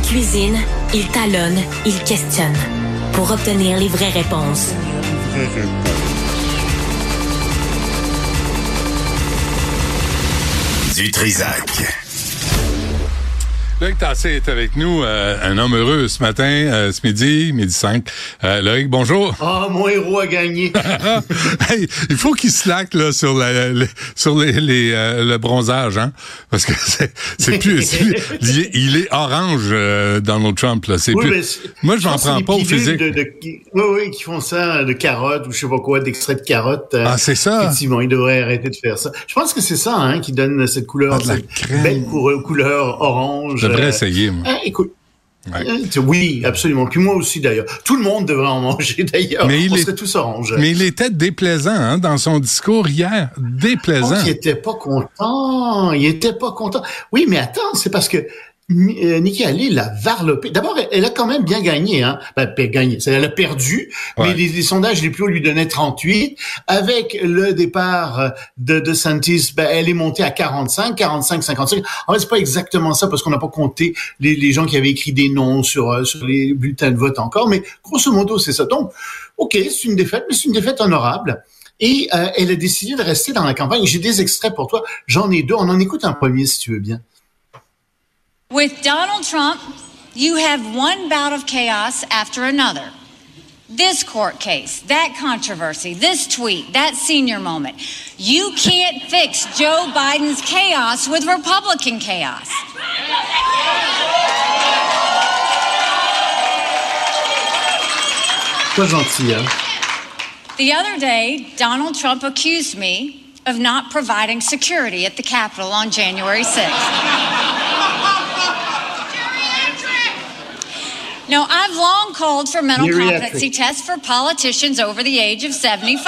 cuisine, il talonne, il questionne pour obtenir les vraies réponses. Du Trizac. Loïc Tassé est avec nous, un homme heureux ce matin, ce midi 5. Loïc, bonjour. Ah, mon héros a gagné. Hey, il faut qu'il slack là sur le bronzage, hein, parce que c'est plus, il est orange, Donald Trump là. C'est oui, plus. Moi, je m'en prends pas au physique. Oui, qui font ça de carottes ou je sais pas quoi, d'extrait de carottes. C'est ça. Effectivement, il devrait arrêter de faire ça. Je pense que c'est ça, hein, qui donne cette couleur, cette belle couleur orange. Je devrais essayer, moi. Écoute. Ouais. Oui, absolument. Puis moi aussi, d'ailleurs. Tout le monde devrait en manger, d'ailleurs. On serait tous orange. Mais il était déplaisant, hein, dans son discours hier. Déplaisant. Il était pas content. Oui, mais attends, c'est parce que Nikki Haley l'a varlopé. D'abord, elle a quand même bien gagné, hein. Elle a perdu, mais les sondages les plus hauts lui donnaient 38. Avec le départ de DeSantis, elle est montée à 45, 55. En fait, c'est pas exactement ça parce qu'on n'a pas compté les gens qui avaient écrit des noms sur les bulletins de vote encore, mais grosso modo, c'est ça. Donc, OK, c'est une défaite, mais c'est une défaite honorable. Et elle a décidé de rester dans la campagne. J'ai des extraits pour toi. J'en ai deux. On en écoute un premier, si tu veux bien. With Donald Trump, you have one bout of chaos after another. This court case, that controversy, this tweet, that senior moment. You can't fix Joe Biden's chaos with Republican chaos. Pas gentil, hein? The other day, Donald Trump accused me of not providing security at the Capitol on January 6th. Now, I've long called for mental competency tests for politicians over the age of 75.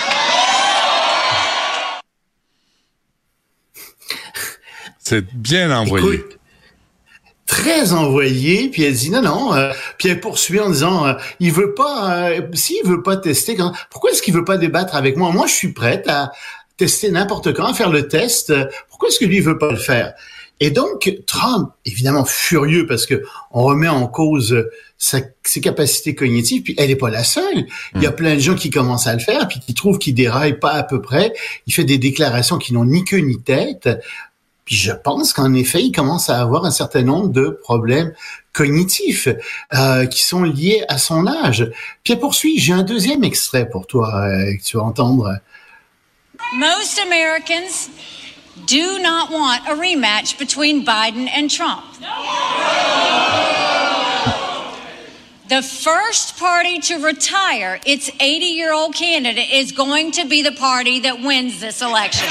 C'est bien envoyé. Écoute, très envoyé, puis elle dit non, puis elle poursuit en disant il veut pas, s'il veut pas tester, pourquoi est-ce qu'il veut pas débattre avec moi? Moi, je suis prête à tester n'importe quand, à faire le test. Pourquoi est-ce que lui, il veut pas le faire? Et donc, Trump, évidemment furieux parce que on remet en cause ses capacités cognitives, puis elle n'est pas la seule. Il y a plein de gens qui commencent à le faire, puis qui trouvent qu'il déraille pas à peu près. Il fait des déclarations qui n'ont ni queue ni tête. Puis je pense qu'en effet, il commence à avoir un certain nombre de problèmes cognitifs qui sont liés à son âge. Puis elle poursuit. J'ai un deuxième extrait pour toi que tu vas entendre. Most Americans do not want a rematch between Biden and Trump. The first party to retire its 80-year-old candidate is going to be the party that wins this election.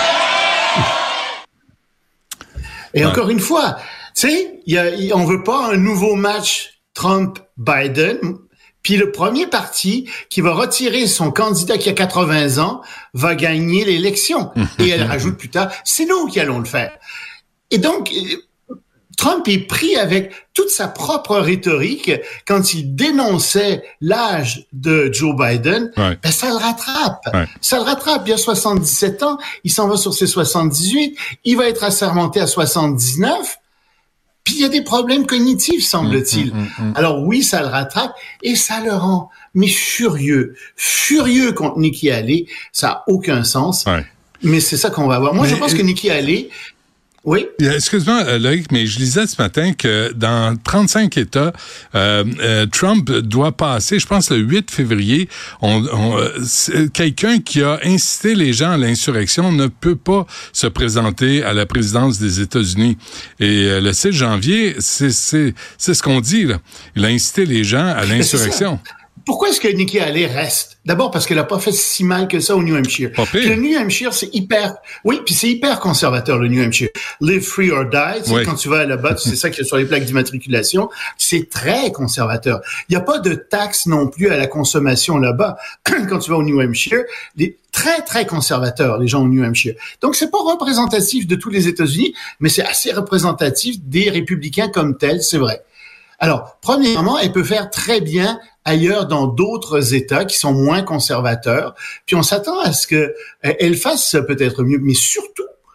Et encore une fois, tu sais, on veut pas un nouveau match Trump-Biden. Puis le premier parti qui va retirer son candidat qui a 80 ans va gagner l'élection. Et elle rajoute plus tard, c'est nous qui allons le faire. Et donc, Trump est pris avec toute sa propre rhétorique quand il dénonçait l'âge de Joe Biden. Ouais. Ben, ça le rattrape. Ouais. Ça le rattrape. Il a 77 ans. Il s'en va sur ses 78. Il va être assermenté à 79. Puis il y a des problèmes cognitifs, semble-t-il. Alors oui, ça le rattrape et ça le rend furieux contre Nikki Haley. Ça a aucun sens. Ouais. Mais c'est ça qu'on va voir. Moi, je pense que Nikki Haley... Oui. Excuse-moi, Loïc, mais je lisais ce matin que dans 35 États, Trump doit passer, je pense le 8 février, quelqu'un qui a incité les gens à l'insurrection ne peut pas se présenter à la présidence des États-Unis. Et le 6 janvier, c'est ce qu'on dit, là. Il a incité les gens à l'insurrection. Pourquoi est-ce que Nikki Haley reste? D'abord parce qu'elle a pas fait si mal que ça au New Hampshire. Le New Hampshire, c'est hyper conservateur, le New Hampshire. Live free or die, quand tu vas là-bas, c'est ça qu'il y a sur les plaques d'immatriculation, c'est très conservateur. Il y a pas de taxes non plus à la consommation là-bas. Quand tu vas au New Hampshire, très, très conservateurs, les gens au New Hampshire. Donc, c'est pas représentatif de tous les États-Unis, mais c'est assez représentatif des républicains comme tels, c'est vrai. Alors, premièrement, elle peut faire très bien ailleurs dans d'autres États qui sont moins conservateurs. Puis on s'attend à ce que elle fasse peut-être mieux, mais surtout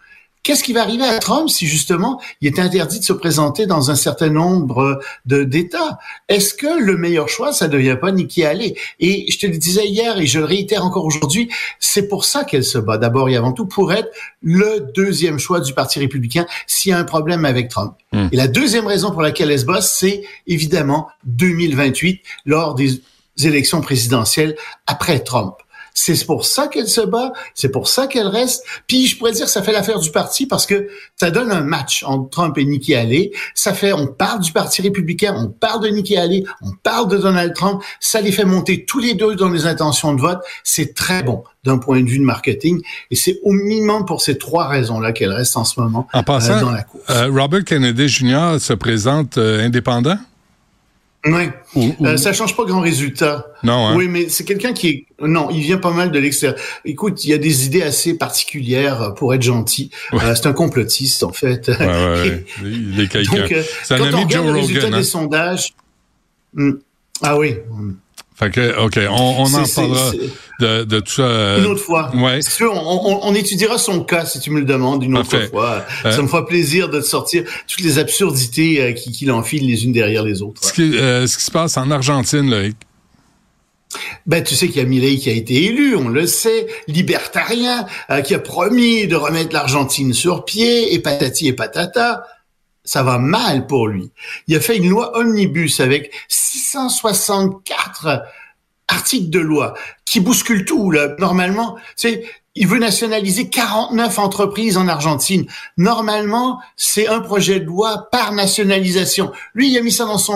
Qu'est-ce qui va arriver à Trump si justement il est interdit de se présenter dans un certain nombre d'États? Est-ce que le meilleur choix, ça ne devient pas Nikki Haley? Et je te le disais hier et je le réitère encore aujourd'hui, c'est pour ça qu'elle se bat d'abord et avant tout pour être le deuxième choix du Parti républicain s'il y a un problème avec Trump. Et la deuxième raison pour laquelle elle se bat, c'est évidemment 2028 lors des élections présidentielles après Trump. C'est pour ça qu'elle se bat, c'est pour ça qu'elle reste. Puis je pourrais dire que ça fait l'affaire du parti parce que ça donne un match entre Trump et Nikki Haley. On parle du Parti républicain, on parle de Nikki Haley, on parle de Donald Trump. Ça les fait monter tous les deux dans les intentions de vote. C'est très bon d'un point de vue de marketing. Et c'est au minimum pour ces trois raisons-là qu'elle reste en ce moment en passant, dans la course. Robert Kennedy Jr. se présente indépendant? Oui, ça change pas grand résultat. Non, hein? Oui, mais c'est quelqu'un non, il vient pas mal de l'extérieur. Écoute, il y a des idées assez particulières pour être gentil. C'est un complotiste, en fait. Ouais. Il est quelqu'un. Donc, c'est un ami de Joe Rogan. Le résultat des sondages. Ah oui. Fait que, OK, on en parlera de tout ça. Une autre fois. Ouais. Si tu veux, on étudiera son cas, si tu me le demandes, une autre fois. Ça me fera plaisir de te sortir toutes les absurdités qui l'enfilent les unes derrière les autres. Ce qui se passe en Argentine, là. Ben, tu sais qu'il y a Milei qui a été élu, on le sait, libertarien, qui a promis de remettre l'Argentine sur pied, et patati et patata. Ça va mal pour lui. Il a fait une loi omnibus avec 664 articles de loi qui bousculent tout, là. Normalement, il veut nationaliser 49 entreprises en Argentine. Normalement, c'est un projet de loi par nationalisation. Lui, il a mis ça dans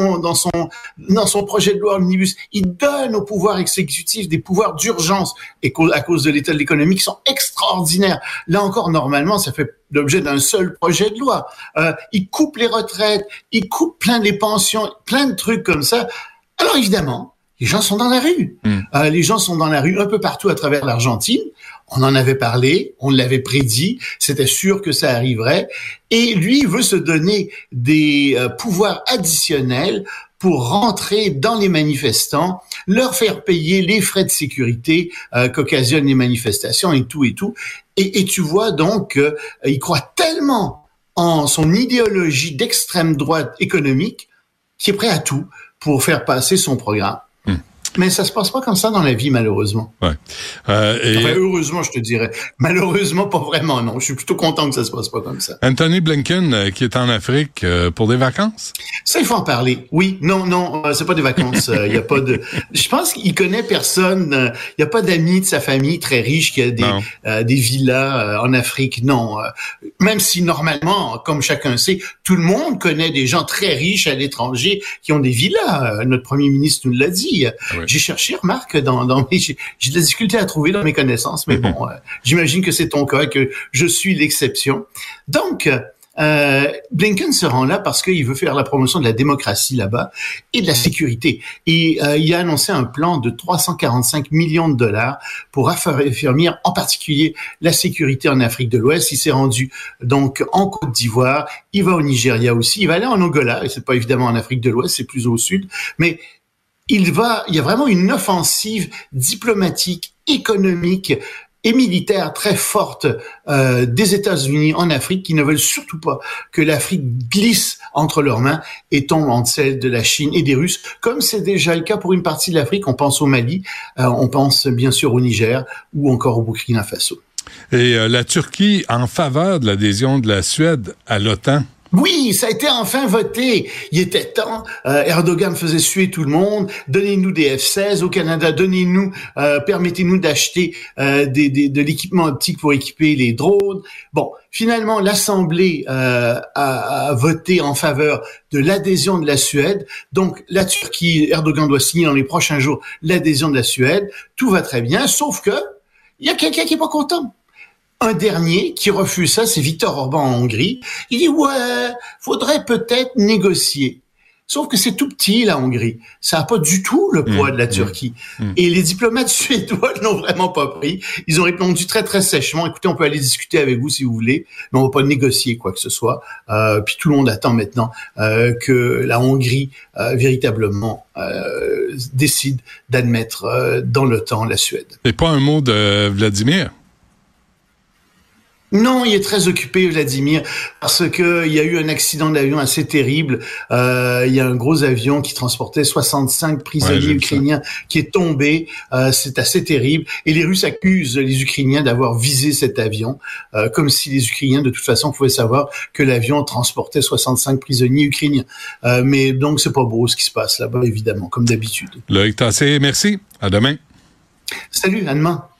son projet de loi omnibus. Il donne au pouvoir exécutif des pouvoirs d'urgence et à cause de l'état de l'économie qui sont extraordinaires. Là encore, normalement, ça fait l'objet d'un seul projet de loi. Il coupe les retraites, il coupe plein des pensions, plein de trucs comme ça. Alors évidemment, les gens sont dans la rue. Les gens sont dans la rue un peu partout à travers l'Argentine. On en avait parlé, on l'avait prédit, c'était sûr que ça arriverait. Et lui, il veut se donner des pouvoirs additionnels pour rentrer dans les manifestants, leur faire payer les frais de sécurité qu'occasionnent les manifestations et tout. Et tu vois donc il croit tellement en son idéologie d'extrême droite économique qu'il est prêt à tout pour faire passer son programme. Mais ça se passe pas comme ça dans la vie, malheureusement. Ouais. Heureusement, je te dirais. Malheureusement, pas vraiment, non. Je suis plutôt content que ça se passe pas comme ça. Anthony Blinken, qui est en Afrique pour des vacances? Ça, il faut en parler. Oui, non, c'est pas des vacances. Il y a pas de. Je pense qu'il connaît personne. Il y a pas d'amis de sa famille très riche qui a des villas en Afrique. Non. Même si normalement, comme chacun sait, tout le monde connaît des gens très riches à l'étranger qui ont des villas. Notre premier ministre nous l'a dit. Oui. J'ai cherché, remarque, j'ai de la difficulté à trouver dans mes connaissances, mais bon, j'imagine que c'est ton cas, que je suis l'exception. Donc, Blinken se rend là parce qu'il veut faire la promotion de la démocratie là-bas et de la sécurité. Et il a annoncé un plan de 345 millions de dollars pour affermir en particulier la sécurité en Afrique de l'Ouest. Il s'est rendu donc en Côte d'Ivoire, il va au Nigeria aussi, il va aller en Angola, et c'est pas évidemment en Afrique de l'Ouest, c'est plus au sud, mais il y a vraiment une offensive diplomatique, économique et militaire très forte des États-Unis en Afrique qui ne veulent surtout pas que l'Afrique glisse entre leurs mains et tombe entre celles de la Chine et des Russes, comme c'est déjà le cas pour une partie de l'Afrique. On pense au Mali, on pense bien sûr au Niger ou encore au Burkina Faso. Et la Turquie en faveur de l'adhésion de la Suède à l'OTAN? Oui, ça a été enfin voté. Il était temps. Erdogan faisait suer tout le monde. Donnez-nous des F-16 au Canada. Permettez-nous d'acheter de l'équipement optique pour équiper les drones. Bon, finalement, l'Assemblée a voté en faveur de l'adhésion de la Suède. Donc, la Turquie, Erdogan doit signer dans les prochains jours l'adhésion de la Suède. Tout va très bien, sauf que il y a quelqu'un qui est pas content. Un dernier qui refuse ça, c'est Viktor Orban en Hongrie. Il dit, faudrait peut-être négocier. Sauf que c'est tout petit, la Hongrie. Ça n'a pas du tout le poids de la Turquie. Et les diplomates suédois ne l'ont vraiment pas pris. Ils ont répondu très, très sèchement. Écoutez, on peut aller discuter avec vous si vous voulez, mais on va pas négocier quoi que ce soit. Puis tout le monde attend maintenant que la Hongrie véritablement décide d'admettre dans l'OTAN la Suède. Et pas un mot de Vladimir? Non, il est très occupé, Vladimir, parce que il y a eu un accident d'avion assez terrible. Il y a un gros avion qui transportait 65 prisonniers ukrainiens qui est tombé. C'est assez terrible. Et les Russes accusent les Ukrainiens d'avoir visé cet avion, comme si les Ukrainiens, de toute façon, pouvaient savoir que l'avion transportait 65 prisonniers ukrainiens. Mais donc, c'est pas beau ce qui se passe là-bas, évidemment, comme d'habitude. Loïc Tassé, merci. À demain. Salut, à demain.